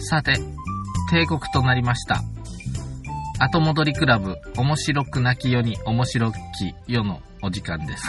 さて、帝国となりました。後戻りクラブ、面白くなき世に面白き世のお時間です。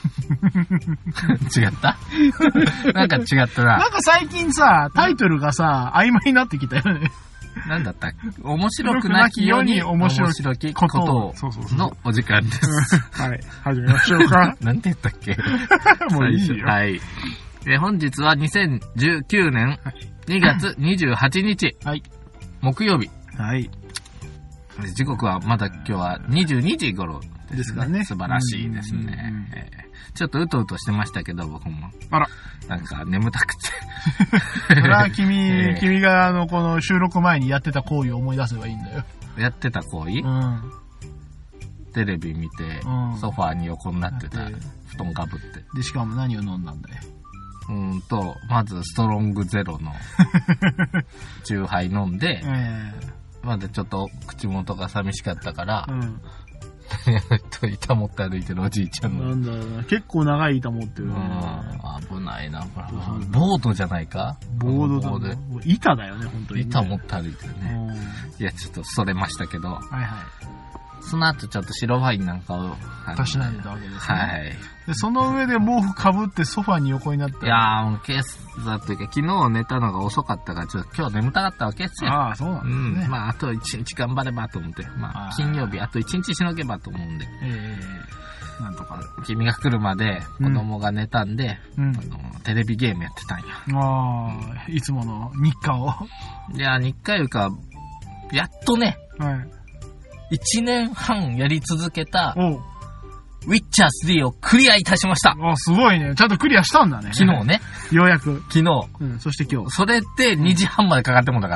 違ったなんか違ったな。 なんか最近さ、タイトルがさ、曖昧になってきたよね。 なんだったっけ？面白くなき世に面白きことをのお時間です。 はい。始めましょうか。 なんて言ったっけ？ もういいよ。 はい。本日は2019年2月28日。 はい。 木曜日。 はい。 時刻はまだ今日は22時頃ですかね。素晴らしいですね。ちょっとうとうとしてましたけど、僕も。 あら。 なんか眠たくて。 それは君がこの収録前にやってた行為を思い出せばいいんだよ。 やってた行為？テレビ見て、ソファーに横になってた。布団かぶって。 で、しかも何を飲んだんだよ。 まずストロングゼロのチューハイ飲んで、まだちょっと口元が寂しかったから、板持って歩いてるおじいちゃんの。 なんだろうな。結構長い板持ってるね。 危ないな、これ。ボードじゃないか？ ボードだ。板だよね、本当に、ね。 板持って歩いてるね。いや、ちょっとそれましたけど。 はいはい。 その後ちょっと白ワインなんかを。 たしなんでたわけですね。 はい。 で、その上で毛布かぶってソファに横になった。 いやー、もうケースだというか、昨日寝たのが遅かったから、ちょっと今日眠たかったわけですよ。 ああ、そうなんですね。 まあ、あと1日頑張ればと思って。まあ、金曜日、あと1日しのげばと思うんで。 なんとか。 君が来るまで子供が寝たんで、テレビゲームやってたんよ。 ああ、いつもの日課を。 いや、日課いうか、やっとね、1年半やり続けた、ウィッチャー3をクリアいたしました。 あ、すごいね。ちゃんとクリアしたんだね。 昨日ね。 ようやく。 昨日。 そして今日。 それって2時半までかかってもんだから。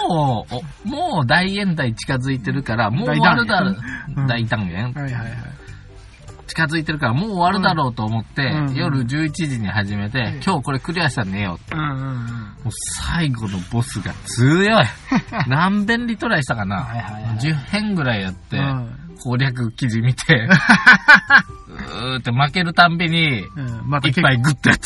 もう大演台近づいてるから、もう終わるだろう。大単元。近づいてるから、もう終わるだろうと思って、夜11時に始めて、今日これクリアしたら寝ようって。もう最後のボスが強い。何遍リトライしたかな。10編ぐらいやって、攻略記事見て、って負けるたんびに、一杯グッとやって、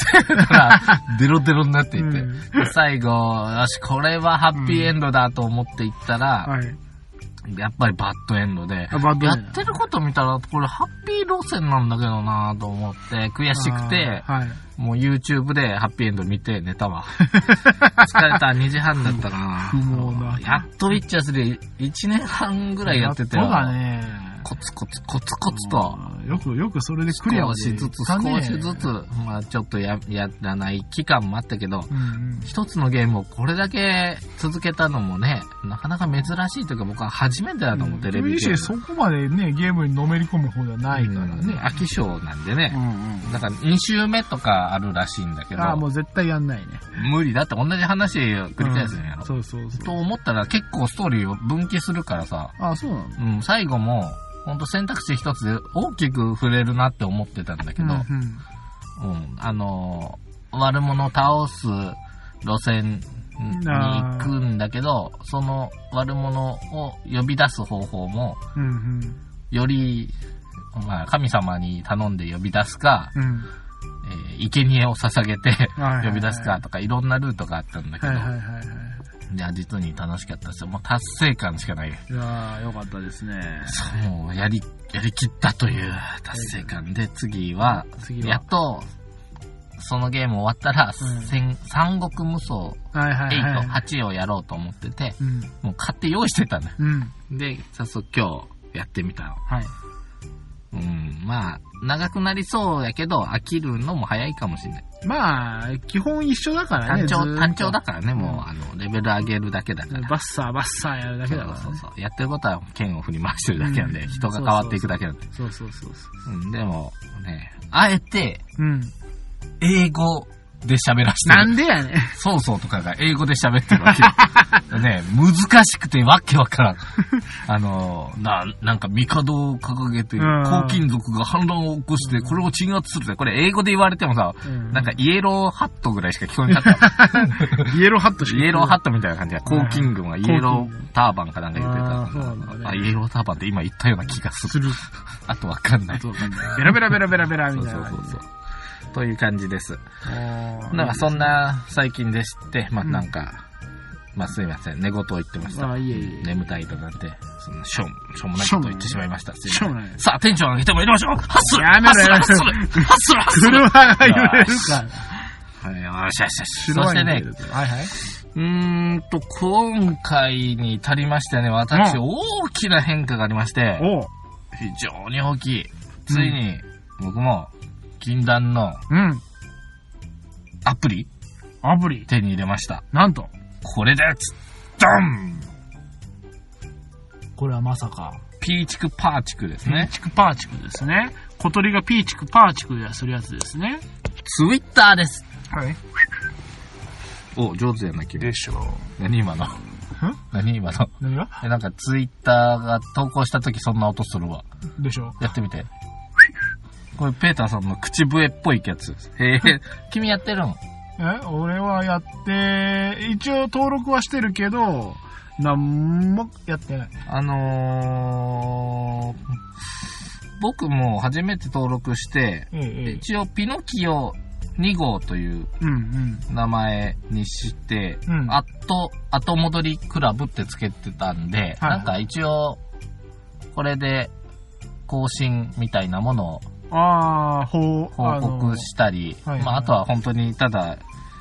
デロデロになっていって、最後、よし、これはハッピーエンドだと思っていったら、やっぱりバッドエンドで、やってること見たら、これハッピー路線なんだけどなと思って、悔しくて、もう YouTube でハッピーエンド見て寝たわ。疲れた、2時半だったな。やっとウィッチャー3、1年半ぐらいやっててよ。コツコツと。よくそれでクリアを少しずつ、まあちょっとやらない期間もあったけど、一つのゲームをこれだけ続けたのもね、なかなか珍しいというか僕は初めてだと思う、テレビゲーム。 そこまでね、ゲームにのめり込む方ではないからね。 飽き性なんでね。だから2週目とかあるらしいんだけど。 もう絶対やんないね。 無理だって同じ話を繰り返すんやろ。 そう。 と思ったら結構ストーリーを分岐するからさ。 そうなの？ 最後も、ほんと選択肢一つで大きく触れるなって思ってたんだけど、悪者を倒す路線に行くんだけど、その悪者を呼び出す方法も、より、まあ、神様に頼んで呼び出すか、生贄を捧げて呼び出すかとかいろんなルートがあったんだけど、いや、実に楽しかったですよ。もう達成感しかない。 いやー、よかったですね。 もうやりきったという達成感で、次は、やっと、そのゲーム終わったら、三国無双8、8をやろうと思ってて、もう買って用意してたの。で、早速今日やってみたの。まあ、長くなりそうやけど、飽きるのも早いかもしれない。 まあ、基本一緒だからね。 単調だからね、もう、レベル上げるだけだから。 バッサーやるだけだから。 そう。やってることは剣を振り回してるだけなんで、人が変わっていくだけなんで。 そう。 でも、ね、あえて、英語で喋らせてる。 なんでやねん。 そうとかが英語で喋ってるわけ。ね、難しくてわけわからん。なんか帝を掲げて、黄金族が反乱を起こして、これを鎮圧するって、これ英語で言われてもさ、なんかイエローハットぐらいしか聞こえなかった。 イエローハットイエローハットみたいな感じで、黄金軍はイエローターバンかなんか言ってた。イエローターバンって今言ったような気がする。あとわかんない。 ベラベラみたいな。 そう。という感じです。なんかそんな最近でして、まあなんか、 まあすいません、寝言を言ってました。 いえいえ。 眠たいだなんて、そのしょうもないことを言ってしまいました。 しょうもない。 さあ、テンション上げて参りましょう。ハッスルやめろやめろ。 ハッスルハッスルハッスル車が揺れるから。 はい、よしよしよし。そしてね、 はいはい。 今回に至りましてね、私、大きな変化がありまして、非常に大きい。ついに、僕も、禁断の、アプリ手に入れました。 なんとこれです。ドン！ これはまさか。 ピーチクパーチクですね。 ピーチクパーチクですね。小鳥がピーチクパーチクするやつですね。 ツイッターです。 はい。 お、上手やな、君。 でしょう。 何今の？何今の？ 何が？ なんかツイッターが投稿したときそんな音するわ。 でしょ。 やってみて。これペーターさんの口笛っぽいやつ。君やってるん？ 俺はやって、一応登録はしてるけど、なんもやってない。 僕も初めて登録して、一応ピノキオ2号という名前にして、後戻りクラブってつけてたんで、なんか一応、これで更新みたいなものを報告したり、あとは本当にただ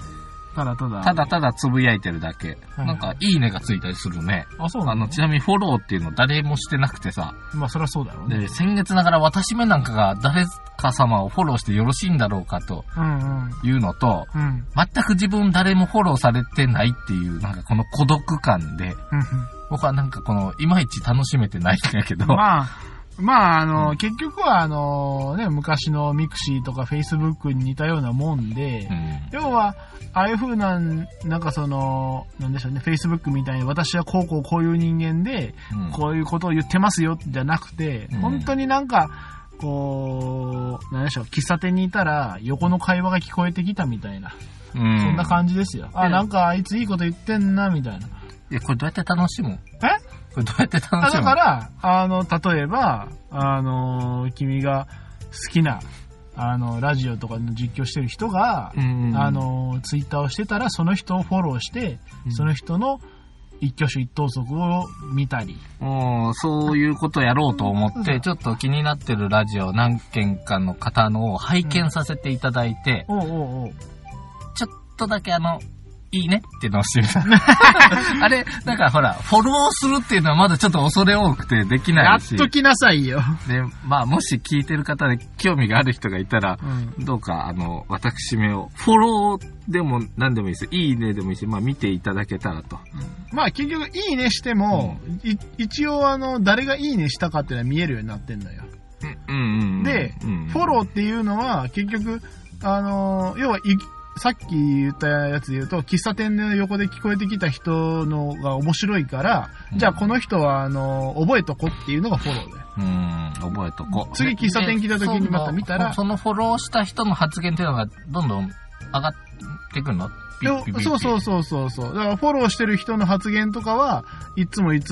つぶやいてるだけ。なんか、いいねがついたりするね。 そうなの？ ちなみにフォローっていうの誰もしてなくてさ。 まあ、そりゃそうだろうね。 で、先月ながら私めなんかが誰か様をフォローしてよろしいんだろうかというのと、全く自分誰もフォローされてないっていう、なんかこの孤独感で、僕はなんかいまいち楽しめてないんだけど。 結局は昔のミクシーとかフェイスブックに似たようなもんで、要は、ああいう風なんでしょうね、フェイスブックみたいに私はこういう人間で、こういうことを言ってますよ、じゃなくて、本当になんか、なんでしょう、喫茶店にいたら横の会話が聞こえてきたみたいな、そんな感じですよ。なんかあいついいこと言ってんな、みたいな。 いや、これどうやって楽しむ？これどうやって楽しむ？ だから、例えば、君が好きな、ラジオとかの実況してる人が、ツイッターをしてたら、その人をフォローして、その人の一挙手一投足を見たり。 そういうことやろうと思って、ちょっと気になってるラジオ何件かの方のを拝見させていただいて、ちょっとだけいいねっていうのをしてみた。あれ、なんかほら、フォローするっていうのはまだちょっと恐れ多くてできないし。 やっときなさいよ。 で、もし聞いてる方で興味がある人がいたら、どうか、私めを、フォローでも何でもいいですよ。いいねでもいいし、見ていただけたらと。 結局、いいねしても、一応誰がいいねしたかっていうのは見えるようになってんのよ。で、フォローっていうのは、結局、要は、さっき言ったやつで言うと、喫茶店の横で聞こえてきた人のが面白いから、じゃあこの人は覚えとこっていうのがフォローだよ。覚えとこ。次喫茶店来た時にまた見たら。 そのフォローした人の発言っていうのがどんどん上がってくるの？ そう。だからフォローしてる人の発言とかは、いつも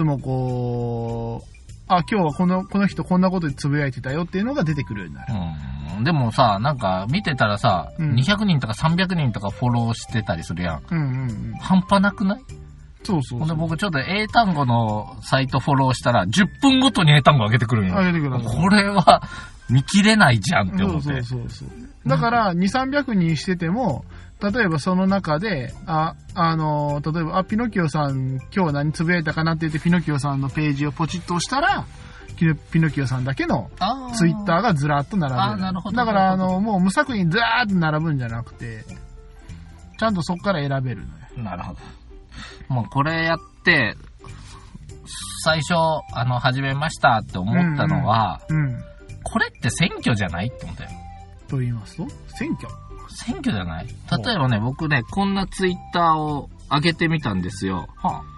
今日はこの人こんなことでつぶやいてたよっていうのが出てくるようになる。 でもさ、なんか見てたらさ、200人とか300人とかフォローしてたりするやん。半端なくない？ そう。 で僕ちょっと英単語のサイトフォローしたら10分ごとに英単語上げてくるんよ。これは見切れないじゃんって思って。そう。 だから2、300人してても、例えばその中で、例えば、ピノキオさん今日何つぶやいたかなって言ってピノキオさんのページをポチッと押したら、ピノキオさんだけのツイッターがずらっと並ぶ。 なるほど。 だからもう無作為にずらーっと並ぶんじゃなくて、ちゃんとそこから選べるのよ。 なるほど。もうこれやって、最初、始めましたって思ったのは、これって選挙じゃないって思ったよ。 と言いますと？選挙じゃない？例えばね、僕ね、こんなツイッターを上げてみたんですよ。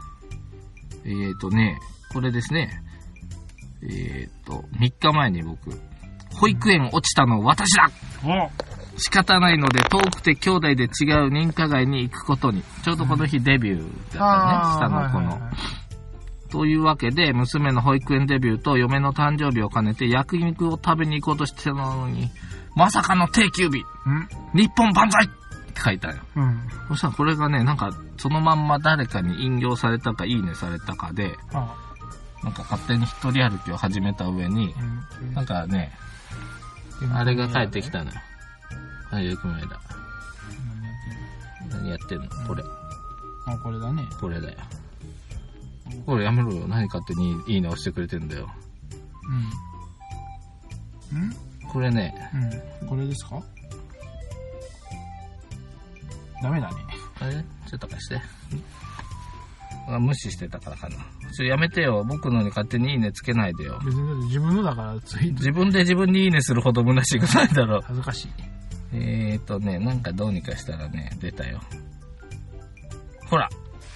これですね。3日前に僕、保育園落ちたの私だ！仕方ないので遠くて兄弟で違う認可街に行くことに。ちょうどこの日デビューだったね、下の子の。というわけで、娘の保育園デビューと嫁の誕生日を兼ねて焼肉を食べに行こうとしてたのに、まさかの定休日。日本万歳！ って書いたよ。そしたらこれがね、なんかそのまんま誰かに引用されたかいいねされたかで、なんか勝手に一人歩きを始めた上に、なんかね、あれが返ってきたのよ。よく見えた。何やってんのこれ。 これだね。 これだよ。これやめろよ。何勝手にいいね押してくれてんだよ。これね。 これですか？ダメだね。 ちょっと貸して。無視してたからかな。やめてよ。僕のに勝手にいいねつけないでよ。 別にだって自分のだからツイート。 自分で自分にいいねするほど虚しいことないだろう。 恥ずかしい。 なんかどうにかしたらね、出たよ。ほら。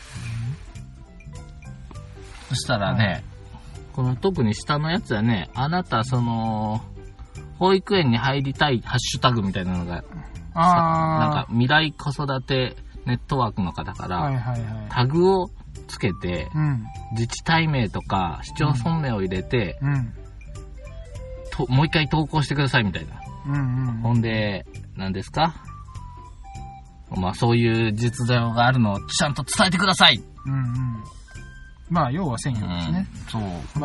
そしたらね、この特に下のやつはね、あなた保育園に入りたいハッシュタグみたいなのが、なんか未来子育てネットワークの方から、タグをつけて、自治体名とか市町村名を入れて、もう一回投稿してくださいみたいな。ほんで、何ですか？まあそういう実情があるのをちゃんと伝えてください。 まあ要は選挙ですね。 そう。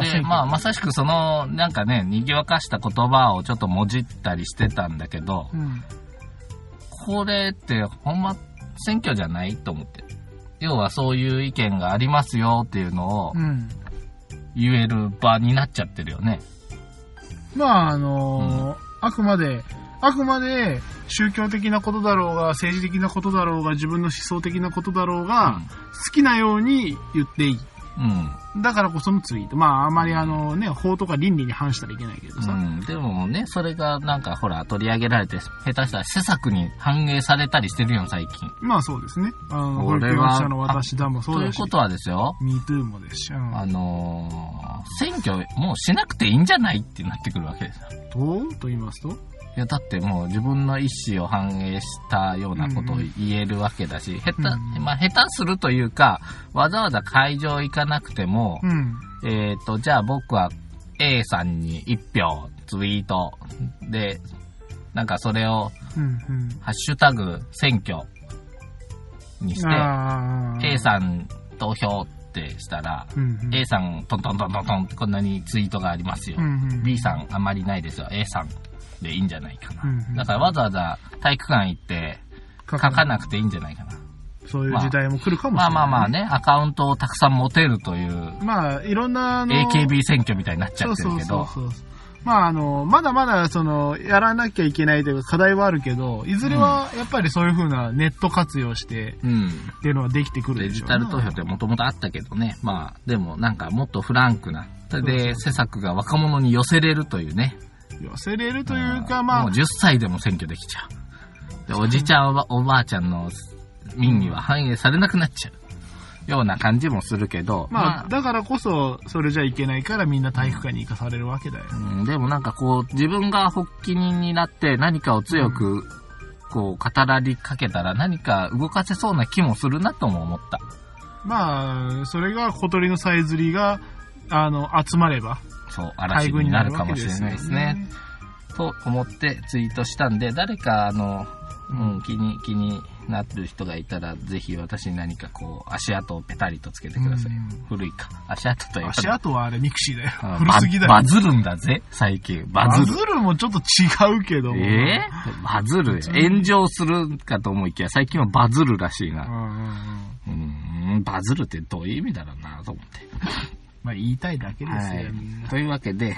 で、まさしくなんかね、賑わかした言葉をちょっともじったりしてたんだけど、これってほんま選挙じゃないと思って。要はそういう意見がありますよっていうのを言える場になっちゃってるよね。 まああくまで宗教的なことだろうが、政治的なことだろうが、自分の思想的なことだろうが、好きなように言っていい。だからこそのツイート。まあ、あまり法とか倫理に反したらいけないけどさ。 でもね、それがなんかほら、取り上げられて、下手したら施策に反映されたりしてるよ、最近。 まあそうですね。保育園者の私だもそうだし。 ということはですよ。 MeToo もですし。 選挙もうしなくていいんじゃないってなってくるわけですよ。 と言いますと？ いや、だってもう自分の意思を反映したようなことを言えるわけだし、下手するというか、わざわざ会場行かなくても、じゃあ僕は A さんに1票ツイートで、なんかそれを、ハッシュタグ選挙にして、A さん投票ってしたら、A さんトントントントントンってこんなにツイートがありますよ。B さんあんまりないですよ。A さんでいいんじゃないかな。だからわざわざ体育館行って書かなくていいんじゃないかな。 そういう時代も来るかもしれない、 まあね、アカウントをたくさん持てるという。 まあ、いろんな AKB 選挙みたいになっちゃってるけど。 まあまだまだやらなきゃいけないというか課題はあるけど、いずれはやっぱりそういう風なネット活用して、っていうのはできてくるでしょうね。 デジタル投票ってもともとあったけどね。まあ、でもなんかもっとフランクな。で、施策が若者に寄せれるというね。 寄せれるというか、まあ。 もう10歳でも選挙できちゃう。で、おじちゃん、おばあちゃんの民意は反映されなくなっちゃう。ような感じもするけど。 まあ、だからこそ、それじゃいけないからみんな体育館に行かされるわけだよ。 でもなんかこう、自分が発起人になって何かを強く、こう、語らりかけたら何か動かせそうな気もするなとも思った。 まあ、それが小鳥のさえずりが、集まれば。 そう、嵐になるかもしれないですね。と思ってツイートしたんで、誰か気になってる人がいたら、ぜひ私に何かこう、足跡をペタリとつけてください。古いか。足跡というか。 足跡はあれミクシーだよ。古すぎだよ。 バズるんだぜ、最近。バズるもちょっと違うけども。 バズる。炎上するかと思いきや、最近はバズるらしいな。バズるってどういう意味だろうなと思って。 まあ言いたいだけですよ、 というわけで、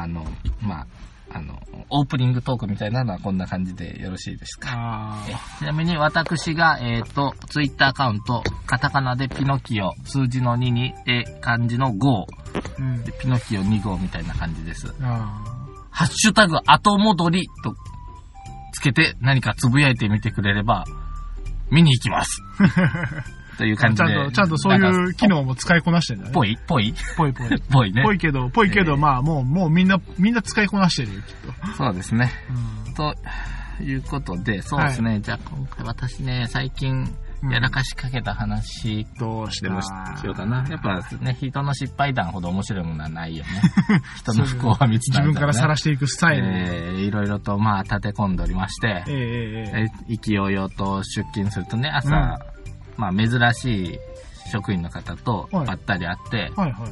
オープニングトークみたいなのはこんな感じでよろしいですか。ちなみに私が、ツイッターアカウント、カタカナでピノキオ、数字の2に、漢字の5、でピノキオ2号みたいな感じです。ハッシュタグ後戻りとつけて何かつぶやいてみてくれれば、見に行きます。という感じで。 ちゃんとそういう機能も使いこなしてるんだね。 ぽいね。 ぽいけど、まあもうみんな使いこなしてるよ、きっと。そうですね。ということで、そうですね。じゃあ今回私ね、最近、 やらかしかけた話どうしてもしようかな。やっぱね、人の失敗談ほど面白いものはないよね。人の不幸は密談、 自分から晒していくスタイル。 いろいろと立て込んでおりまして、意気揚々と出勤するとね、朝、珍しい職員の方とばったり会って、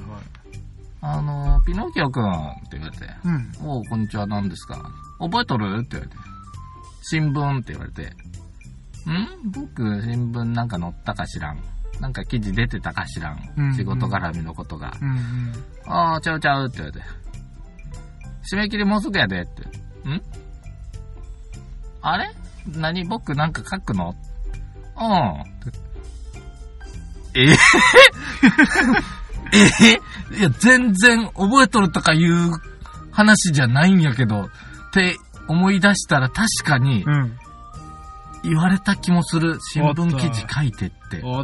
ピノキオくんって言われて、おう、こんにちは、何ですか？覚えとるって言われて、新聞って言われて、僕、新聞なんか載ったか知らん。なんか記事出てたか知らん。仕事絡みのことが。ああ、ちゃうちゃうって言われて。締め切りもうすぐやでって。あれ？何？僕なんか書くの？いや、全然覚えとるとかいう話じゃないんやけど、って思い出したら確かに、言われた気もする。新聞記事書いてって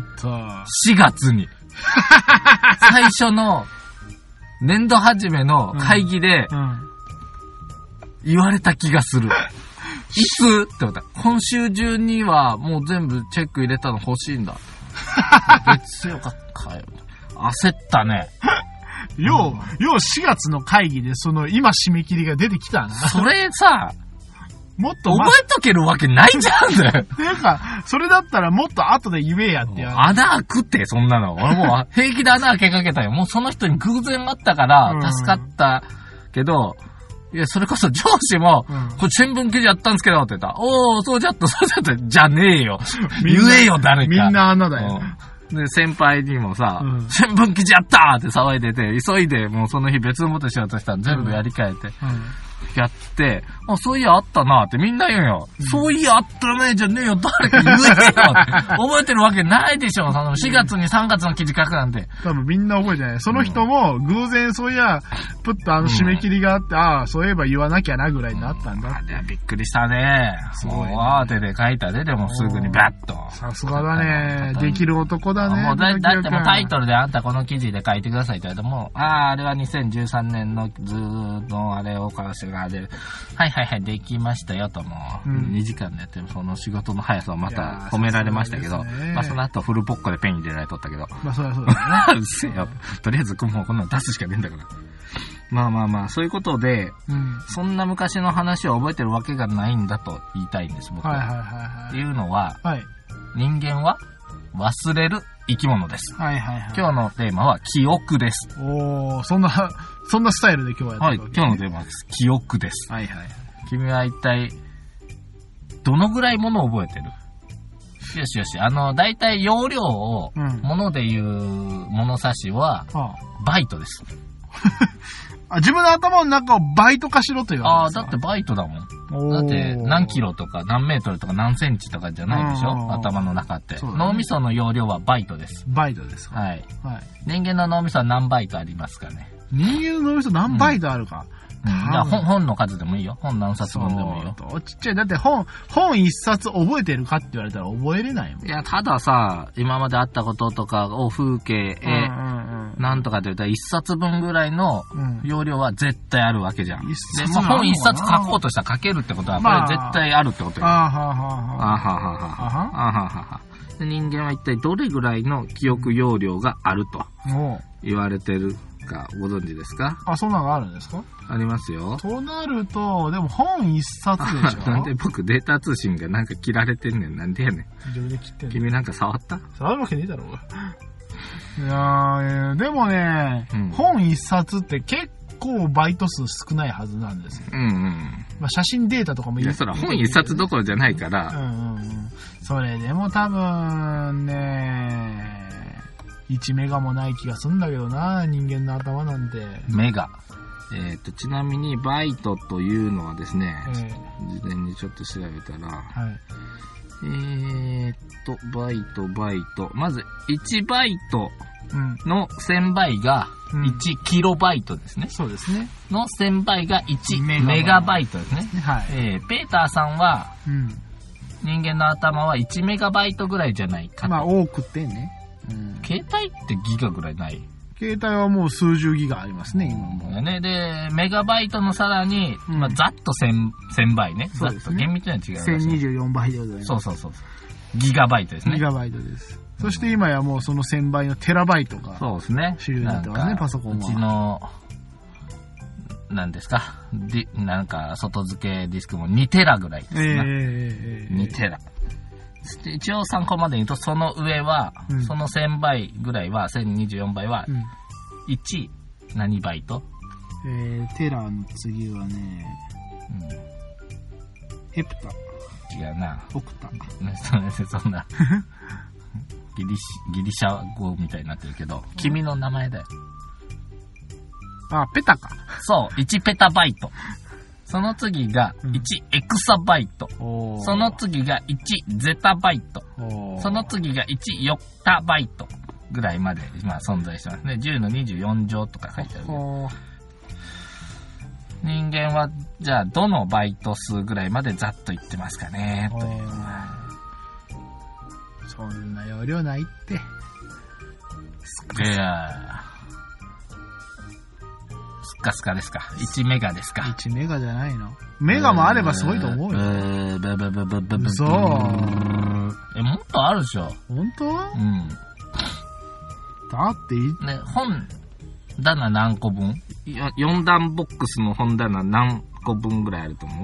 。4月に。最初の年度始めの会議で言われた気がする。いつって言った。今週中にはもう全部チェック入れたの欲しいんだ。月曜かよ。焦ったね。 よう4月の会議で今締め切りが出てきたな。 それさ、 もっと覚えとけるわけないじゃんね。 っていうか、それだったらもっと後で言えやってやる。 穴開くって、そんなの。俺もう平気で穴開けかけたよ。もうその人に偶然あったから助かったけど、いや、それこそ上司も、これ新聞記事やったんですけどって言ったら、おー、そうじゃった、じゃねえよ。言えよ、誰か。 みんな穴だよ。 で、先輩にもさ、新聞記事やったーって騒いでて、急いでもうその日別のことしようとしたら全部やり替えて、やって、そういやあったなってみんな言うよ。そういやあったねじゃねえよ、誰か言えよって。覚えてるわけないでしょ、4月に3月の記事書くなんて。 多分みんな覚えてない。その人も偶然そういや、プッと締め切りがあって、そういえば言わなきゃなぐらいになったんだって。 びっくりしたね。すごい。慌てて書いたで、でもすぐにバッと。 さすがだね。できる男だね。 もうだってもうタイトルであんたこの記事で書いてくださいって言われても、あれは2013年のずーっとあれをかわしてがで、はいできましたよともう2時間でやってその仕事の速さをまた褒められましたけど、その後フルポッコでペン入れられとったけど、 そりゃそうだね。 うっせえよ。とりあえずもうこんなの出すしかねえんだから。そういうことで、そんな昔の話を覚えてるわけがないんだと言いたいんです、僕は。っていうのは、人間は忘れる生き物です。今日のテーマは記憶です。 そんなスタイルで今日はやってるわけ。 今日のテーマは記憶です。君は一体、どのぐらいものを覚えてる？よし。だいたい容量を、もので言う物差しは、バイトです。 自分の頭の中をバイト化しろというわけですか？ だってバイトだもん。だって何キロとか何メートルとか何センチとかじゃないでしょ？頭の中って。脳みその容量はバイトです。 バイトです。 人間の脳みそは何バイトありますかね？ 人間の脳みそ何バイトあるか。 本の数でもいいよ。本何冊分でもいいよ。 ちっちゃい。だって本一冊覚えてるかって言われたら覚えれないもん。 いや、たださ、今まであったこととかを風景、なんとかって言ったら一冊分ぐらいの容量は絶対あるわけじゃん。で、本一冊書こうとしたら書けるってことは、これ絶対あるってことよ。人間は一体どれぐらいの記憶容量があると言われてるかご存知ですか？ そんなのがあるんですか？ ありますよ。 となると、でも本一冊でしょ？ なんで僕データ通信がなんか切られてんねん。なんでやねん。 自分で切ってんの？ 君なんか触った？ 触るわけねえだろ。いやでもね、本一冊って結構バイト数少ないはずなんですよ。写真データとかもいい。 いや、そら本一冊どころじゃないから。 それでも多分ね、1メガもない気がすんだけどな、人間の頭なんて。 メガ。ちなみにバイトというのはですね、事前にちょっと調べたら、バイト。まず、1バイトの1000倍が1キロバイトですね。 そうですね。 の1000倍が1メガバイトですね。ペーターさんは、人間の頭は1メガバイトぐらいじゃないかと。 多くてね。 携帯ってギガぐらいない？ 携帯はもう数十ギガありますね、今も。 で、メガバイトのさらに、ざっと1000倍ね。ざっと。厳密には違う。 1024倍でございます。 そう。 ギガバイトですね。 ギガバイトです。そして今やもうその1000倍のテラバイトがそうですね。 主流になってますね、パソコンは。 うちの、何ですか、なんか外付けディスクも2テラぐらいですね。2テラ。一応参考までに言うと、その上は、その1000倍ぐらいは、1024倍は、1、何バイト？ テラの次はね、ヘプタ。 違うな。 オクタ。 そんな、ギリシャ語みたいになってるけど、君の名前だよ。 あ、ペタか。 そう、1ペタバイト。その次が1エクサバイト。その次が1ゼタバイト。その次が1ヨッタバイトぐらいまで今存在してますね。10の24乗とか書いてあるけど。人間はじゃあどのバイト数ぐらいまでざっと言ってますかねという。 そんな容量ないって。 いやスカスカですか。1メガですか。 1メガじゃないの。メガもあればすごいと思うよ。 そう。もっとあるでしょ。 本当？ うん。 だってね、本棚何個分？4段ボックスの本棚何個分ぐらいあると思う？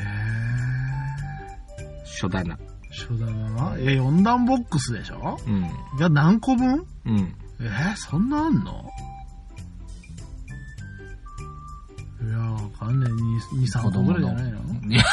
書棚。 書棚？4段ボックスでしょ？ うん。 じゃあ何個分？ うん。 そんなあんの？いやわかんない。2、3個ぐらいじゃないの？いや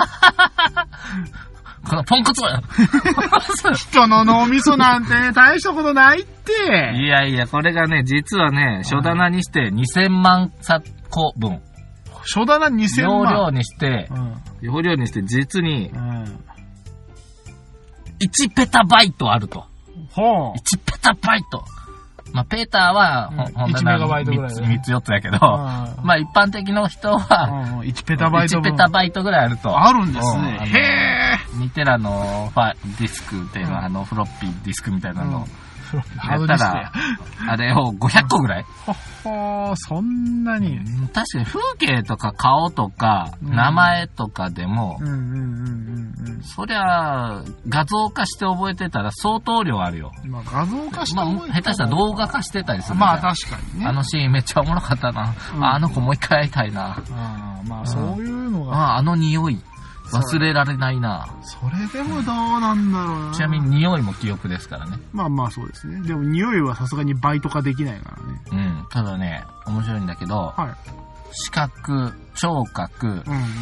このポンコツは人の脳みそなんてね、大したことないって。 いやいや、これがね、実はね、書棚にして2000万個分。 書棚2000万？ 容量にして実に、1ペタバイトあると。 1 ペタバイト。まあ、ペーターは、 1メガバイトぐらい 3つ4つやけど、まあ、一般的な人は、 1ペタバイト 1ペタバイトぐらいあると。 あるんですね。へ 2テラのディスクっていうのは、フロッピーディスクみたいなのやったら、 あれを500個ぐらい？ そんなに。 確かに風景とか顔とか名前とかでも、そりゃ画像化して覚えてたら相当量あるよ。 まあ画像化して覚えてたら。 下手したら動画化してたりする。 まあ確かにね。 あのシーンめっちゃおもろかったな。あの子もう一回会いたいな。 まあそういうのが。 あの匂い。忘れられないな。 それでもどうなんだろうな。 ちなみに匂いも記憶ですからね。 まあまあそうですね。でも匂いはさすがにバイト化できないからね。 ただね、面白いんだけど、視覚、聴覚、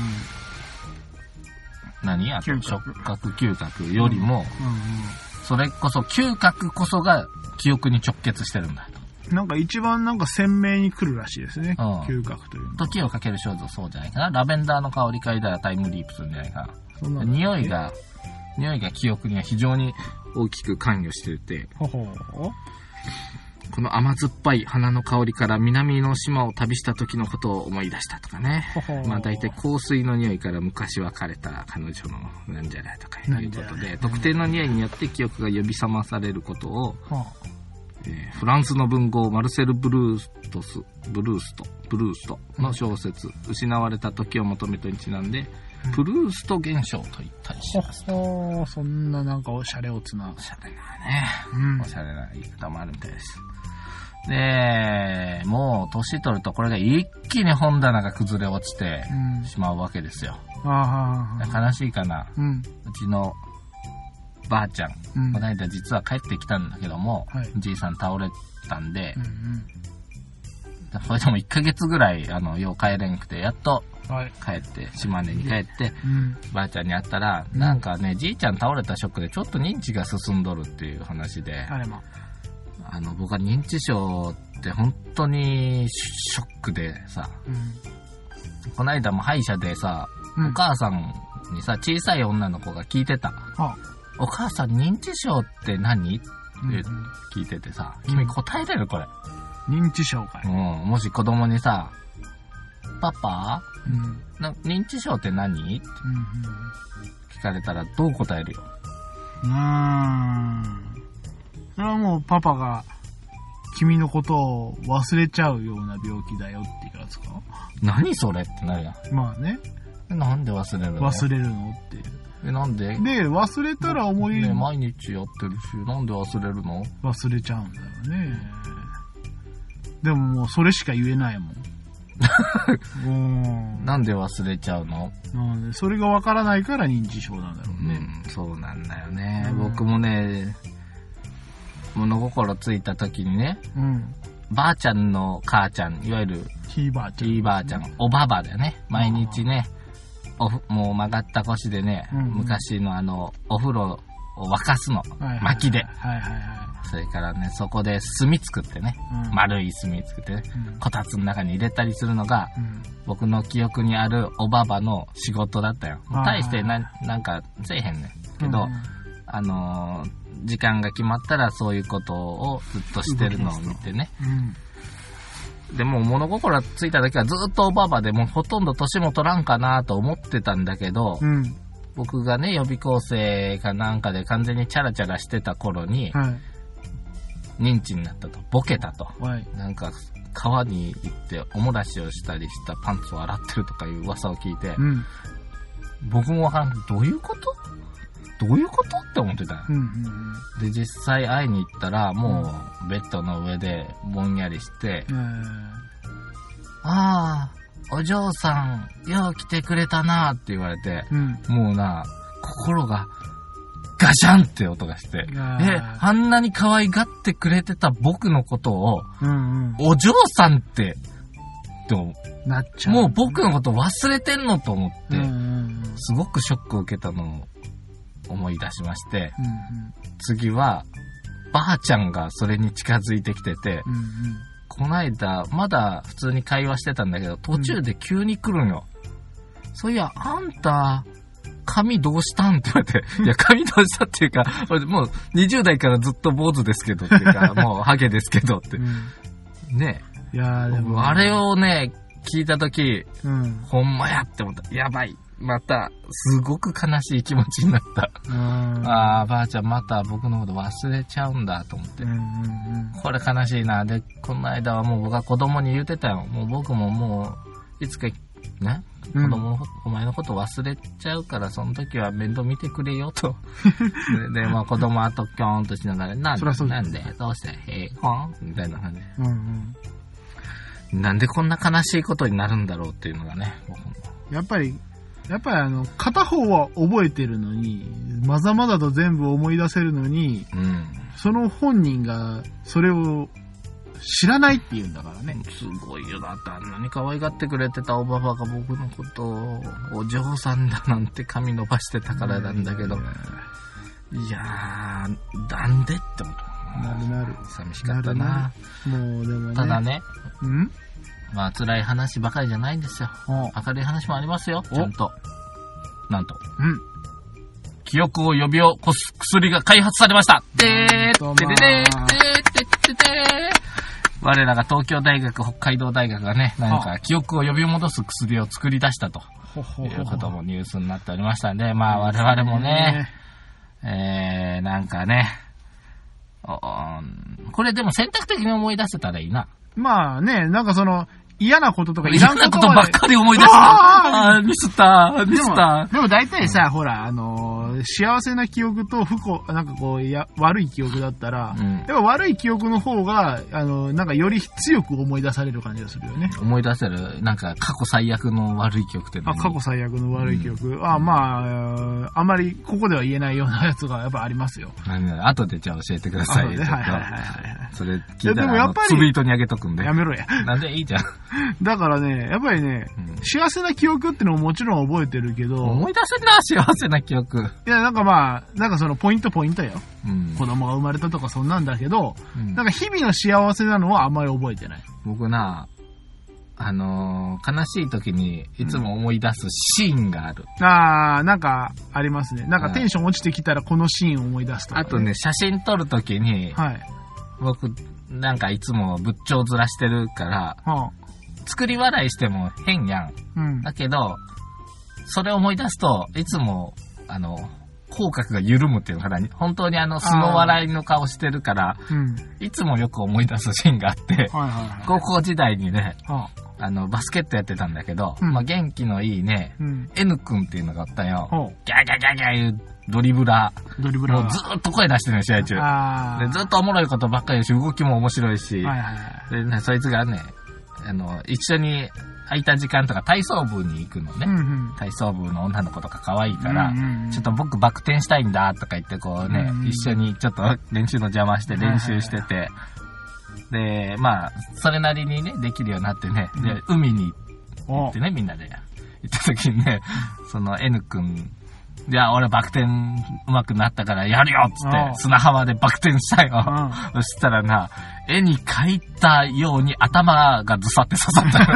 あと触覚、嗅覚よりも、それこそ嗅覚こそが記憶に直結してるんだ。 なんか一番なんか鮮明に来るらしいですね。嗅覚というの。 時をかける少女そうじゃないかな。ラベンダーの香り嗅いだらタイムリープするんじゃないかな。匂いが記憶には非常に大きく関与していて、この甘酸っぱい花の香りから南の島を旅した時のことを思い出したとかね。まあ大体香水の匂いから昔別れた彼女のなんじゃないとかいうことで、特定の匂いによって記憶が呼び覚まされることを、フランスの文豪マルセル・ブルーストの小説失われた時を求めてにちなんで、プルースト現象と言ったりします。 そんななんかおしゃれおつな。 おしゃれなね。おしゃれな言い方もあるみたいです。で、もう年取るとこれが一気に本棚が崩れ落ちてしまうわけですよ。悲しいかな。うちのばあちゃん、この間実は帰ってきたんだけども、じいさん倒れたんで、それでも1ヶ月ぐらいよう帰れんくて、やっと帰って、島根に帰って、ばあちゃんに会ったら、なんかね、じいちゃん倒れたショックでちょっと認知が進んどるっていう話で、僕は認知症って本当にショックでさ、この間も歯医者でさ、お母さんにさ、小さい女の子が聞いてた。お母さん認知症って何？って聞いててさ、君答えれるこれ。 認知症かい。 もし子供にさ、パパ、認知症って何？って聞かれたらどう答えるよ。 それはもうパパが君のことを忘れちゃうような病気だよって言うやつか？ 何それってなるやん。 まあね。 なんで忘れるの？ 忘れるのっていう。 なんで忘れたら思い、 ね、毎日やってるし、なんで忘れるの？ 忘れちゃうんだよね。でももうそれしか言えないもん。 なんで忘れちゃうの？ それがわからないから認知症なんだろうね。 そうなんだよね。僕もね、物心ついた時にね、ばあちゃんの母ちゃん、いわゆるひいばあちゃん、 ひいばあちゃん、おばばだよね。毎日ね、もう曲がった腰でね、昔のお風呂を沸かすの、薪で。それからね、そこで炭作ってね、丸い炭作ってね、こたつの中に入れたりするのが、僕の記憶にあるおばばの仕事だったよ。大してなんかせえへんねんけど、時間が決まったらそういうことをずっとしてるのを見てね。でも物心ついた時はずっとおばばでもうほとんど年も取らんかなと思ってたんだけど、僕がね予備校生かなんかで完全にチャラチャラしてた頃に、認知になったと、ボケたと、なんか川に行っておもらしをしたりしたパンツを洗ってるとかいう噂を聞いて、僕もどういうことって思ってた、で実際会いに行ったらもうベッドの上でぼんやりして、ああお嬢さんよう来てくれたなって言われて、もうな心がガシャンって音がして、あんなに可愛がってくれてた僕のことを、お嬢さんってなっちゃう、 もう僕のこと忘れてんのと思って、すごくショックを受けたのを思い出しまして、次はばあちゃんがそれに近づいてきてて、こないだまだ普通に会話してたんだけど途中で急に来るんよ、そういやあんた髪どうしたんって言われて、いや髪どうしたっていうか、もう20代からずっと坊主ですけどっていうかもうハゲですけどって、ね。 いやでもあれをね聞いた時、ほんまやって思った。やばい、またすごく悲しい気持ちになった。ばあちゃんまた僕のこと忘れちゃうんだと思って、これ悲しいな。でこの間はもう僕は子供に言ってたよ。もう僕ももういつかね、子供お前のこと忘れちゃうからその時は面倒見てくれよとでまあ子供はとキョーンとしながらなんでどうしてほんみたいな感じで、なんでこんな悲しいことになるんだろうっていうのがね、 やっぱり片方は覚えてるのにまざまざと全部思い出せるのに、その本人がそれを知らないって言うんだからね。 すごいよ。だってあんなに可愛がってくれてたおばばが僕のことをお嬢さんだなんて髪伸ばしてたからなんだけど、いやーなんでって思った。 なる寂しかったな。 もうでもね。 ただね、まあ辛い話ばかりじゃないんですよ。明るい話もありますよ。ちゃんと。なんと。記憶を呼び起こす薬が開発されました。我らが東京大学、北海道大学がね、何か記憶を呼び戻す薬を作り出したということもニュースになっておりましたんで、まあ我々もね、なんかね、これでも選択的に思い出せたらいいな。 まあね、なんかその、嫌なこととか嫌なことばっかり思い出した。ミスった。 でも大体さ、ほら、幸せな記憶となんかこう、悪い記憶だったら、やっぱ悪い記憶の方が、なんかより強く思い出される感じがするよね。 思い出せるなんか過去最悪の悪い記憶って過去最悪の悪い記憶。まあ、あんまりここでは言えないようなやつがやっぱありますよ。 後でじゃあ教えてください。それ聞いたらツイートにあげとくんで。 やめろや。 なんでいいじゃん。 だからね、やっぱりね、幸せな記憶ってのももちろん覚えてるけど。 思い出せんな、幸せな記憶。 いや、なんかまあ、なんかそのポイントよ。子供が生まれたとかそんなんだけど、なんか日々の幸せなのはあんまり覚えてない。 僕な、悲しい時にいつも思い出すシーンがある。 なんかありますね。なんかテンション落ちてきたらこのシーンを思い出すとか、 あとね、写真撮る時に、僕、なんかいつも仏頂面してるから、作り笑いしても変やん。だけど、それを思い出すと、いつも、 口角が緩むっていうのかな。本当に素の笑いの顔してるから、いつもよく思い出すシーンがあって、高校時代にね、バスケットやってたんだけど、まあ元気のいいね、N 君っていうのがあったよ。ギャーギャーギャーギャー言うドリブラー。もうずーっと声出してるの、試合中。で、ずっとおもろいことばっかりだし、動きも面白いし、でね、そいつがね、一緒に空いた時間とか体操部に行くのね。体操部の女の子とか可愛いから、ちょっと僕バク転したいんだとか言ってこうね、一緒にちょっと練習の邪魔して練習してて、で、まあ、それなりにね、できるようになってね、で、海に行ってね、みんなで行った時にね、その N 君、じゃあ俺バク転上手くなったからやるよっつって砂浜でバク転したよ。そしたらな、絵に描いたように頭がずさって刺さった。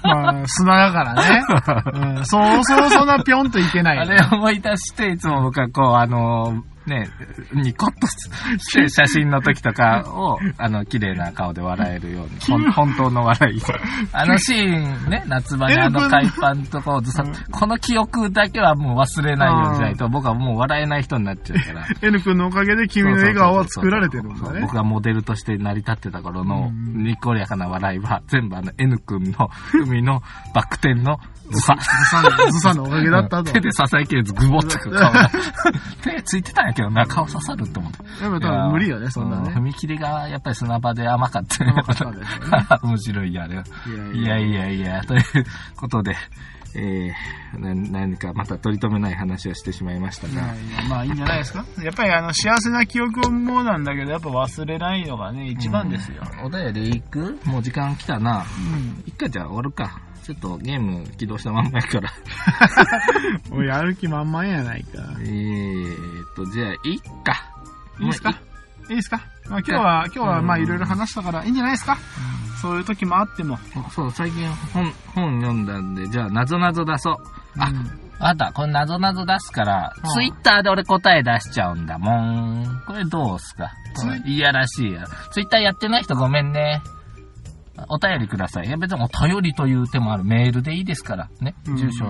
まあ、砂だからね。そんなぴょんといけない。 あれ思い出して、いつも僕はこう、ね、ニコッとして写真の時とかを、綺麗な顔で笑えるように、本当の笑い。シーンね、夏場に海パンとかをずさっと、この記憶だけはもう忘れないようにしないと、僕はもう笑えない人になっちゃうから。 N 君のおかげで君の笑顔は作られてるんだね。 僕がモデルとして成り立ってた頃の、にこやかな笑いは、全部N 君の海のバク転のずさのおかげだったと。 手で支えきれずグボッとく顔が。手ついてたんやけどな、顔刺さるって思って。 やっぱ多分無理よね、そんなね。 踏切がやっぱり砂場で甘かったね。面白いやれ。いや、ということで、何かまた取り留めない話をしてしまいましたが。 まあいいんじゃないですか。やっぱり幸せな記憶もなんだけど、やっぱ忘れないのがね、一番ですよ。 お便り行く？もう時間来たな。一回じゃあ終わるか。ちょっとゲーム起動したまんまやから。 もうやる気満々やないか。 じゃあ、いいか。 いいですか？いいですか？まあ今日はまあいろいろ話したからいいんじゃないですか？そういう時もあっても。 そう、最近本読んだんで、じゃあ、なぞなぞ出そう。あった、これなぞなぞ出すから、ツイッターで俺答え出しちゃうんだもん。これどうすか？いやらしいや。ツイッターやってない人ごめんね。お便りください。いや別にお便りという手もある。メールでいいですからね。住所、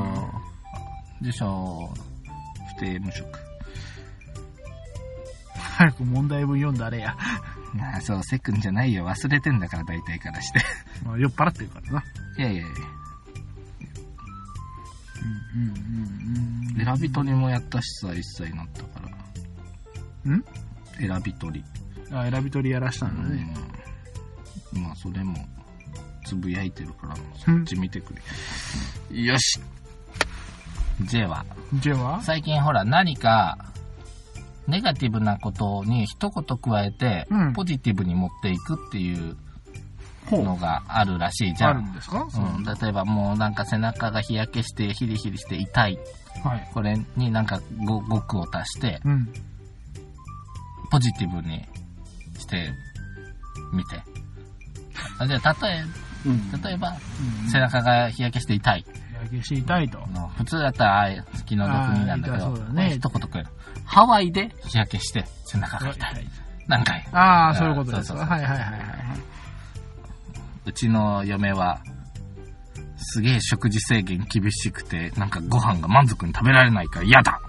不定無職。 早く問題文読んだあれや。 そう、せっくんじゃないよ。忘れてんだから大体からして。 まあ、酔っ払ってるからな。 いや。選び取りもやったしさ、一切なったから。選び取り。 選び取りやらしたんだね。 まあそれもつぶやいてるからそっち見てくれ。よし。J は最近ほら何かネガティブなことに一言加えて、ポジティブに持っていくっていうのがあるらしいじゃん。 あるんですか？ 例えばもうなんか背中が日焼けしてヒリヒリして痛い。これになんか語句を足して、ポジティブにしてみて。じゃあ例えば、背中が日焼けして痛い。 日焼けして痛いと。 普通だったら気の毒になんだけど、一言くれる。ハワイで日焼けして背中が痛い。何回？ そういうことですか。はい。 うちの嫁は、すげえ食事制限厳しくて、なんかご飯が満足に食べられないから嫌だ。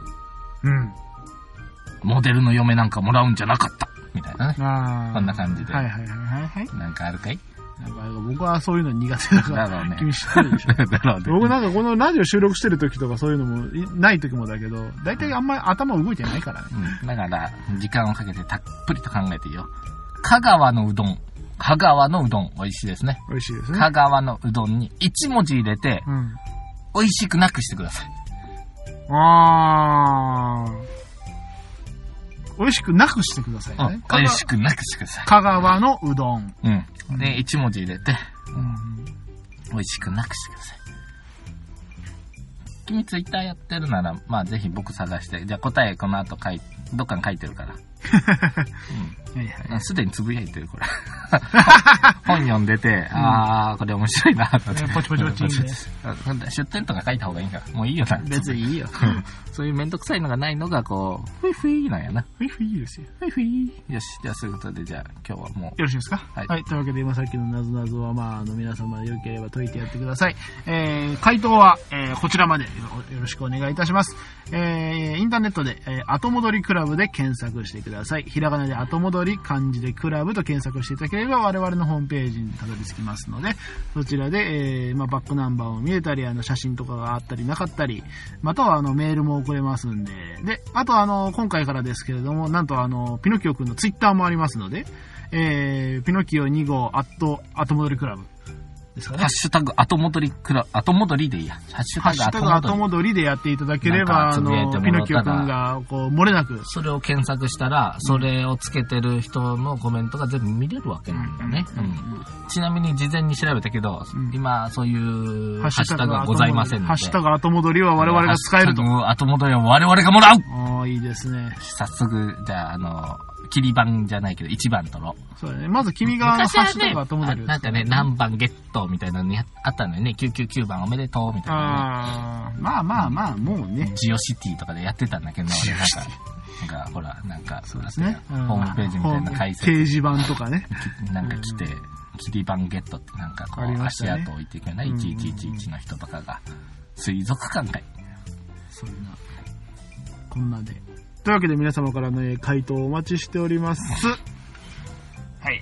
モデルの嫁なんかもらうんじゃなかった。みたいなね。こんな感じで。なんかあるかい？ 僕はそういうの苦手だから。だろうね。君知ってるでしょ。だろうね。僕なんかこのラジオ収録してる時とかそういうのもない時もだけど、だいたいあんまり頭動いてないからね。 だから、時間をかけてたっぷりと考えていいよ。香川のうどん。美味しいですね。 美味しいですね。 香川のうどんに1文字入れて、美味しくなくしてください。 美味しくなくしてくださいね。 美味しくなくしてください。 香川のうどん。 で、1文字入れて、美味しくなくしてください。君ツイッターやってるなら、まあぜひ僕探して、じゃあ答えこの後どっかに書いてるから。すでにつぶやいてる、これ。 本読んでて、これ面白いなと思って。 ポチポチポチ出典とか書いた方がいいんか。もういいよな。 別にいいよ。 そういうめんどくさいのがないのが、こう、ふいふいなんやな。 ふいふいですよ。 ふいふい。よし。じゃあ、そういうことで、じゃあ、今日はもう。よろしいですか？はい。というわけで、今さっきのなぞなぞは、皆様でよければ解いてやってください。回答は、こちらまでよろしくお願いいたします。インターネットで、後戻りクラブで検索してください。ひらがなで後戻り、漢字でクラブと検索していただければ、我々のホームページにたどり着きますので、そちらで、バックナンバーを見れたり、写真とかがあったりなかったり、またはメールも送れますんで、で、あと今回からですけれども、なんとピノキオくんのツイッターもありますので、ピノキオ2号後戻りクラブ。ですかね、 ハッシュタグ後戻りでいいや。 ハッシュタグ後戻りでやっていただければ、ピノキオくんが、漏れなく。 それを検索したら、それをつけてる人のコメントが全部見れるわけなんだね。ちなみに事前に調べたけど、今、そういうハッシュタグはございませんので。 ハッシュタグ後戻りは我々が使えると。 後戻りは我々がもらう。 いいですね。 早速、じゃあ、切り番じゃないけど、1番取ろう。 そうだね。まず君がハッシュタグ後戻りをなんかね、何番ゲットみたいなのにあったのよね。999番おめでとうみたいな、ね。 まあ、もうね。 ジオシティとかでやってたんだけど、なんか、ほら、なんか、 そうですね。 ホームページみたいな解説。 掲示板とかね。 なんか来て、切り番ゲットってなんかこう、足跡置いていくような1111の人とかが、水族館かい。 そんな、こんなで。というわけで皆様からの回答をお待ちしております。はい。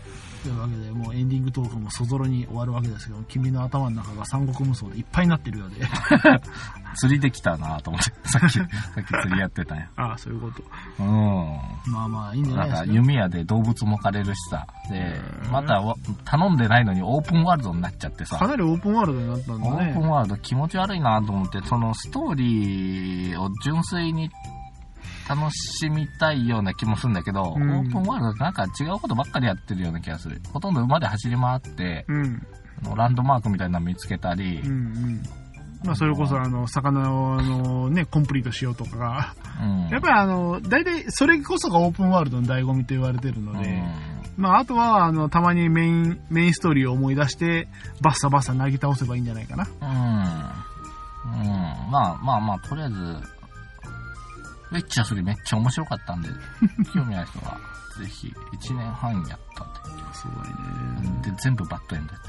というわけでもうエンディングトークもそぞろに終わるわけですけど、君の頭の中が三国無双でいっぱいになってるようで。 釣りできたなと思って、さっき釣りやってたんや。 そういうこと。 まあいいんじゃないですか。 なんか弓矢で動物も狩れるしさ。で、また頼んでないのにオープンワールドになっちゃってさ。 かなりオープンワールドになったんだね。 オープンワールド気持ち悪いなと思って、そのストーリーを純粋に楽しみたいような気もするんだけど、オープンワールドってなんか違うことばっかりやってるような気がする。ほとんど馬で走り回って、ランドマークみたいなの見つけたり、 それこそ魚のね、コンプリートしようとかが、やっぱり大体それこそがオープンワールドの醍醐味と言われてるので、あとはたまにメインストーリーを思い出して、バッサバッサなぎ倒せばいいんじゃないかな。 まあ、とりあえず、ウェッチャー3めっちゃ面白かったんで、興味ある人は、ぜひ、1年半やったって。 すごいね。 で、全部バッドエンドやった。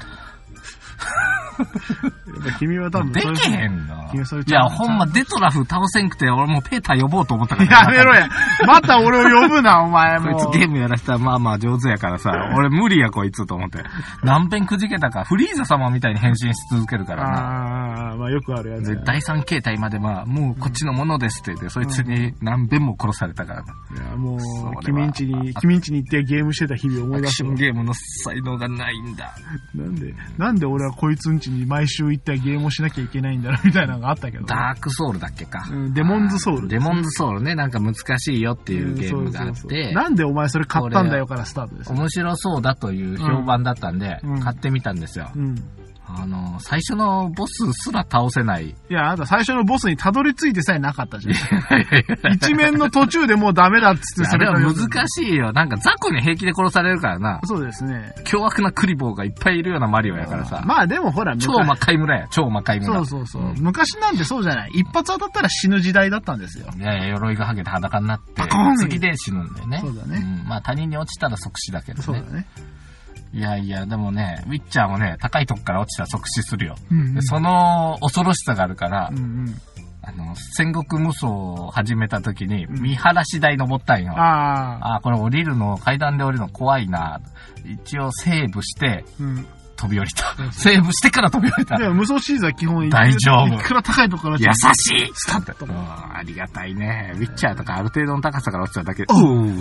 君は多分できへんの。いや、ほんまデトラフ倒せんくて、俺もうペーター呼ぼうと思ったから。 やめろや。また俺を呼ぶな、お前も。 こいつゲームやらせたらまあ上手やからさ、俺無理やこいつと思って。何遍くじけたか、フリーザ様みたいに変身し続けるからな。 よくあるやつ。 で、第3形態までもうこっちのものですって言って、そいつに何遍も殺されたからな。 いや、もう、君んちに行ってゲームしてた日々を思い出す。 アクションゲームの才能がないんだ。 なんで俺はこいつんちに毎週行ったゲームをしなきゃいけないんだろうみたいなのがあったけど、 ダークソウルだっけか。 デモンズソウル。 デモンズソウルね、なんか難しいよっていうゲームがあって。 なんでお前それ買ったんだよからスタートです。 面白そうだという評判だったんで、買ってみたんですよ。最初のボスすら倒せない。 いや、あなた最初のボスにたどり着いてさえなかったじゃん。一面の途中でもうダメだっつってそれは難しいよ。なんか雑魚に平気で殺されるからな。 そうですね。 凶悪なクリボーがいっぱいいるようなマリオやからさ。 でもほら、 超魔界村や、超魔界村。 そう。昔なんてそうじゃない。一発当たったら死ぬ時代だったんですよ。 いや、鎧が剥げて裸になって、次で死ぬんだよね。 そうだね。 他人に落ちたら即死だけどね。 そうだね。 いや、でもね、ウィッチャーもね、高いとこから落ちたら即死するよ。その恐ろしさがあるから、戦国無双を始めた時に、見晴らし台登ったんよ。これ階段で降りるの怖いな。一応セーブして、飛び降りた。セーブしてから飛び降りた。 いや、無双シーズンは基本大丈夫。 いくら高いところから優しいスタッと。 ありがたいね。ウィッチャーとかある程度の高さから落ちただけで、おう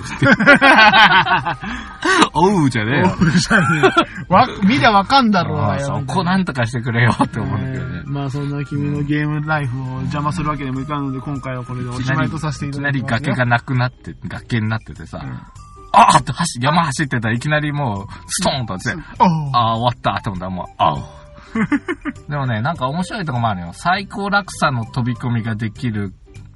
おうじゃねえよ。 おうじゃねえ。見りゃわかんだろうがよ。 そこなんとかしてくれよって思うんだけどね。 そんな君のゲームライフを邪魔するわけにもいかんので、今回はこれでおしまいとさせていただきます。 いきなり崖がなくなって、崖になっててさ、って山走ってたらいきなりもう、ストーンと落ちて、終わったって思ったらもう、でもね、なんか面白いとこもあるよ。最高落差の飛び込みができる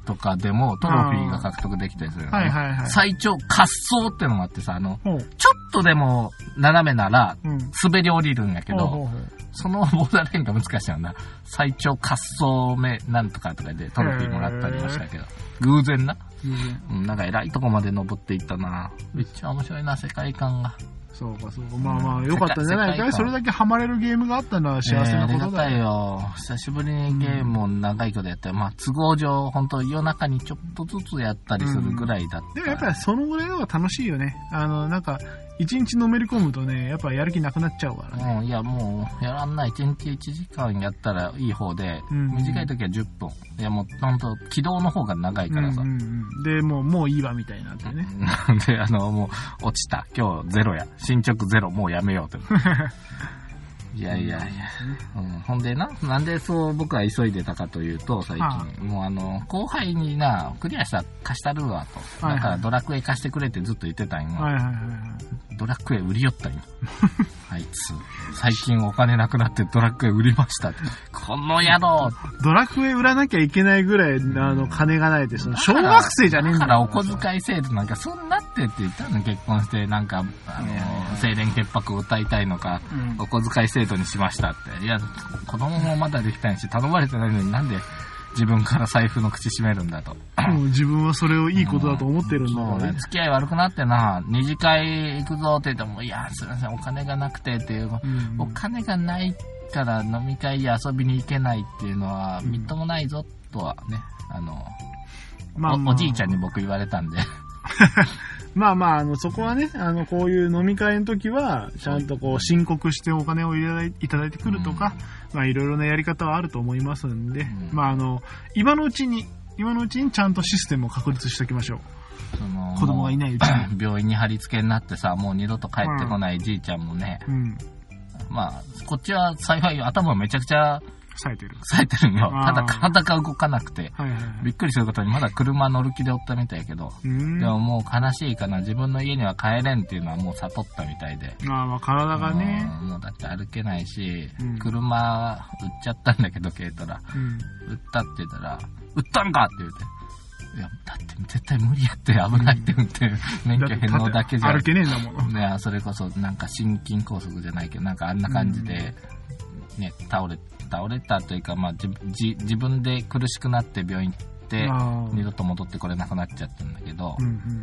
とかでもトロフィーが獲得できたりするよね。最長滑走ってのがあってさ、ちょっとでも斜めなら滑り降りるんやけど、そのボーダーラインが難しいよな。最長滑走目なんとかとかでトロフィーもらったりましたけど。偶然な。なんか偉いとこまで登っていったな。めっちゃ面白いな、世界観が。 そうか。まあよかったんじゃないかい。それだけハマれるゲームがあったのは幸せなことだよ。 ありがたいよ。久しぶりにゲームを長いことやって、まあ都合上、本当夜中にちょっとずつやったりするぐらいだった。 でもやっぱりそのぐらいの方が楽しいよね。なんか、一日のめり込むとね、やっぱやる気なくなっちゃうからね。 いやもう、やらんない。一日1時間やったらいい方で、短い時は10分。いやもう、ほんと、起動の方が長いからさ。 で、もういいわみたいになってね。 で、もう、落ちた。今日0や。進捗0、もうやめようって。いや。ほんでなんでそう僕は急いでたかというと、最近、もう後輩にクリアしたら貸したるわと。だからドラクエ貸してくれってずっと言ってたんよ。ドラクエ売りよったんよ。あいつ、最近お金なくなってドラクエ売りましたって。この野郎ドラクエ売らなきゃいけないぐらい、金がないで、小学生じゃねえんだから。お小遣い制度なんかそんなって言ったの。結婚して、なんか、清廉潔白を歌いたいのか、お小遣い制度にしましたって。いや、子供もまだできたいし、頼まれてないのになんで自分から財布の口閉めるんだと。 自分はそれをいいことだと思ってるんだからね。 付き合い悪くなってな、二次会行くぞって言っても、いや、すいません、お金がなくてっていう、お金がないから飲み会や遊びに行けないっていうのは、みっともないぞとはね、おじいちゃんに僕言われたんで。 そこはね、こういう飲み会の時は、ちゃんと申告してお金をいただいてくるとか、いろいろなやり方はあると思いますんで、今のうちにちゃんとシステムを確立しておきましょう。子供がいないうちに。 病院に貼り付けになってさ、もう二度と帰ってこないじいちゃんもね、こっちは幸い頭めちゃくちゃ、冴えてるんよ。ただ体が動かなくて、びっくりすることにまだ車乗る気でおったみたいやけど、でももう悲しいかな、自分の家には帰れんっていうのはもう悟ったみたいで。 体がね。 もうだって歩けないし、車売っちゃったんだけど、軽トラ。売ったって言ったら、売ったんかって言うて。いや、だって絶対無理やって危ないって言って、免許返納だけじゃ。 歩けねえんだもん。 ね、それこそなんか心筋梗塞じゃないけど、なんかあんな感じで、ね、倒れたというか、自分で苦しくなって病院行って、二度と戻ってこれなくなっちゃったんだけど、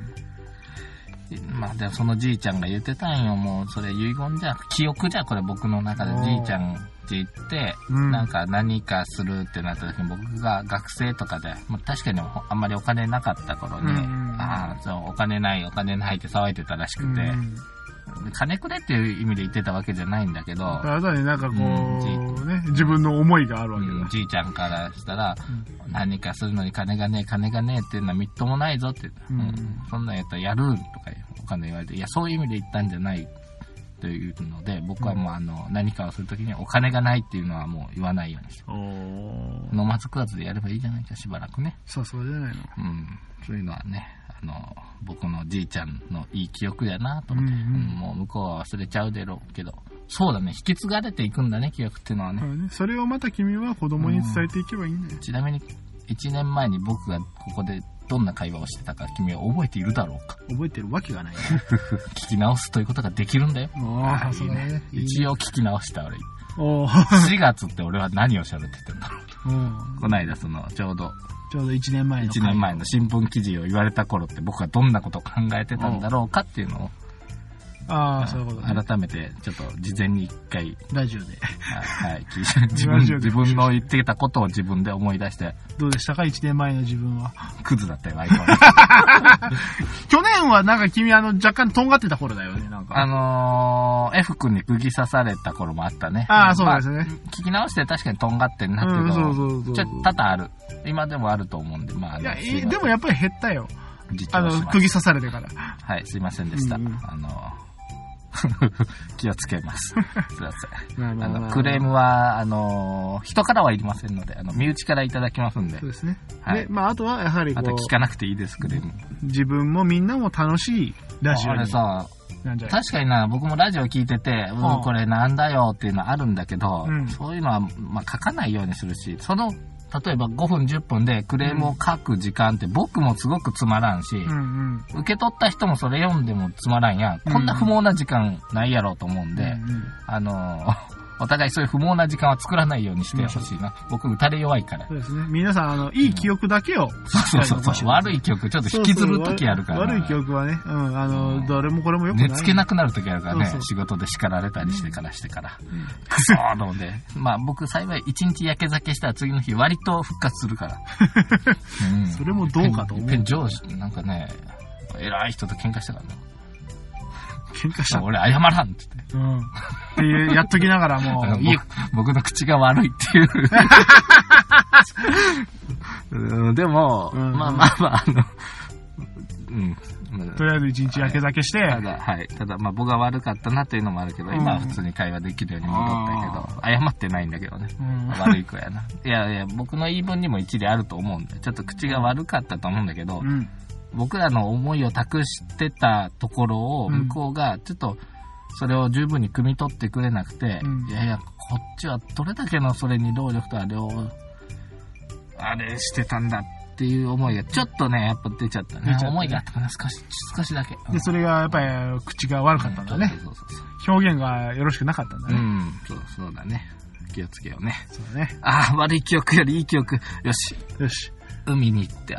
でもそのじいちゃんが言ってたんよ、もうそれ遺言じゃ、記憶じゃ、これ僕の中でじいちゃんって言って、なんか何かするってなった時に僕が学生とかで、確かにあんまりお金なかった頃に、お金ないって騒いでたらしくて、金くれっていう意味で言ってたわけじゃないんだけど、 ただね、なんか自分の思いがあるわけだ。 じいちゃんからしたら、何かするのに金がねえっていうのはみっともないぞって、そんなんやったらやるとかお金言われて、いや、そういう意味で言ったんじゃないというので、僕はもう何かをするときにお金がないっていうのはもう言わないようにして、飲まず食わずでやればいいじゃないか、しばらくね。 そうじゃないの。 そういうのはね、僕のじいちゃんのいい記憶やなと思って、もう向こうは忘れちゃうだろうけど、そうだね、引き継がれていくんだね、記憶っていうのはね。 それをまた君は子供に伝えていけばいいんだよ。 ちなみに1年前に僕がここでどんな会話をしてたか君は覚えているだろうか。 覚えてるわけがない、ね、 聞き直すということができるんだよ。 いいね。 一応聞き直した俺。4月って俺は何を喋ってたんだろう。この間ちょうど 1年前の新聞記事を言われた頃って僕はどんなことを考えてたんだろうかっていうのを、 そういうことね。 改めてちょっと事前に一回ラジオで自分の言ってたことを自分で思い出して、 どうでしたか1年前の自分は。 クズだったよ、相変わらず。 去年はなんか君若干とんがってた頃だよね、なんか。 F 君に釘刺された頃もあったね。 そうですね。 聞き直して確かにとんがってんなってど、ちょっと多々ある。今でもあると思うんで、 いや、でもやっぱり減ったよ。釘刺されてから。 はい、すいませんでした。気をつけます。すいません。クレームは、人からはいりませんので、身内からいただきますんで。 そうですね。はい。で、あとはやはりあと聞かなくていいです、クレーム。 自分もみんなも楽しいラジオに。 あれさ、確かにな、僕もラジオ聞いてて、これなんだよっていうのはあるんだけど、そういうのは、書かないようにするし、その例えば5分10分でクレームを書く時間って僕もすごくつまらんし、受け取った人もそれ読んでもつまらんやん。こんな不毛な時間ないやろうと思うんで、お互いそういう不毛な時間は作らないようにしてほしいな。僕、打たれ弱いから。 そうですね。皆さん、いい記憶だけを。 そう。悪い記憶、ちょっと引きずるときあるから。 悪い記憶はね、誰もこれもよくない。 寝つけなくなるときあるからね。仕事で叱られたりしてから。くそーので。まあ、僕、幸い1日焼け酒したら次の日割と復活するから。 それもどうかと思う。 上司、なんかね、偉い人と喧嘩したからね。 喧嘩した俺謝らんって言って。 っていう、やっときながらもう、 僕の口が悪いっていう。でも、まあ、 とりあえず一日焼け酒して。 ただ、まあ僕が悪かったなっていうのもあるけど、今は普通に会話できるように戻ったけど、謝ってないんだけどね。悪い子やな。いや、僕の言い分にも一理あると思うんで、ちょっと口が悪かったと思うんだけど、僕らの思いを託してたところを向こうがちょっとそれを十分に汲み取ってくれなくて、いやこっちはどれだけのそれに労力とあれをあれしてたんだっていう思いがちょっとねやっぱ出ちゃったね。思いがあったかな、少しだけ。 でそれがやっぱり口が悪かったんだね。表現がよろしくなかったんだね。 そうだね。気をつけようね。 そうね。 悪い記憶よりいい記憶。よし。海に行って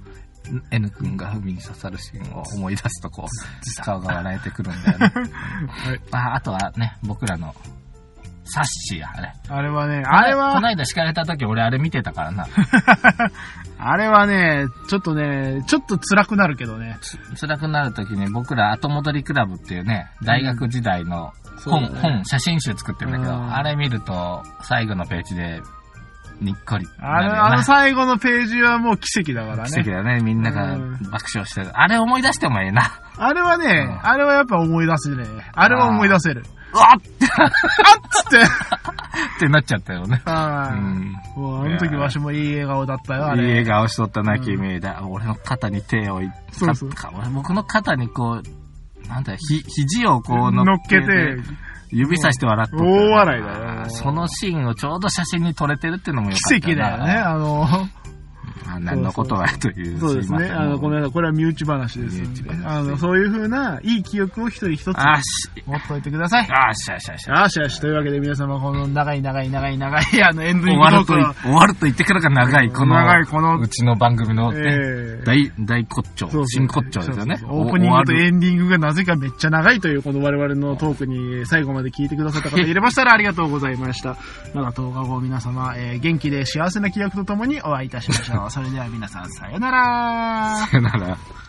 N 君が海に刺さるシーンを思い出すと顔が笑えてくるんだよね。あとはね、僕らのサッシーや、 あれはね、 この間敷かれた時俺あれ見てたからな。 あれはね、ちょっと辛くなるけどね。 辛くなる時に僕ら後戻りクラブっていうね、大学時代の写真集作ってるんだけど、あれ見ると最後のページで、にっこり。 最後のページはもう奇跡だからね。 奇跡だね。みんなが爆笑してる。あれ思い出してもええな。 あれはね、あれはやっぱ思い出すね。あれは思い出せる。 うわっつってってなっちゃったよね。 もうあの時わしもいい笑顔だったよ、あれ。 いい笑顔しとったな、君。俺の肩に手を僕の肩に肘を乗っけて、指さして笑っとった。 大笑いだよ。 そのシーンをちょうど写真に撮れてるっていうのもよかったな。 奇跡だよね。 何のことはという。 そうですね。これは身内話です。そういう風ないい記憶を一人一つ持っといてください。というわけで皆様この長いエンディング終わると言ってからが長いこのうちの番組の大骨頂、真骨頂ですよね。 オープニングとエンディングがなぜかめっちゃ長いというこの我々のトークに最後まで聞いてくださった方いれましたらありがとうございました。また10日後皆様元気で幸せな記憶とともにお会いいたしましょう。それでは皆さんさよなら。 さよなら。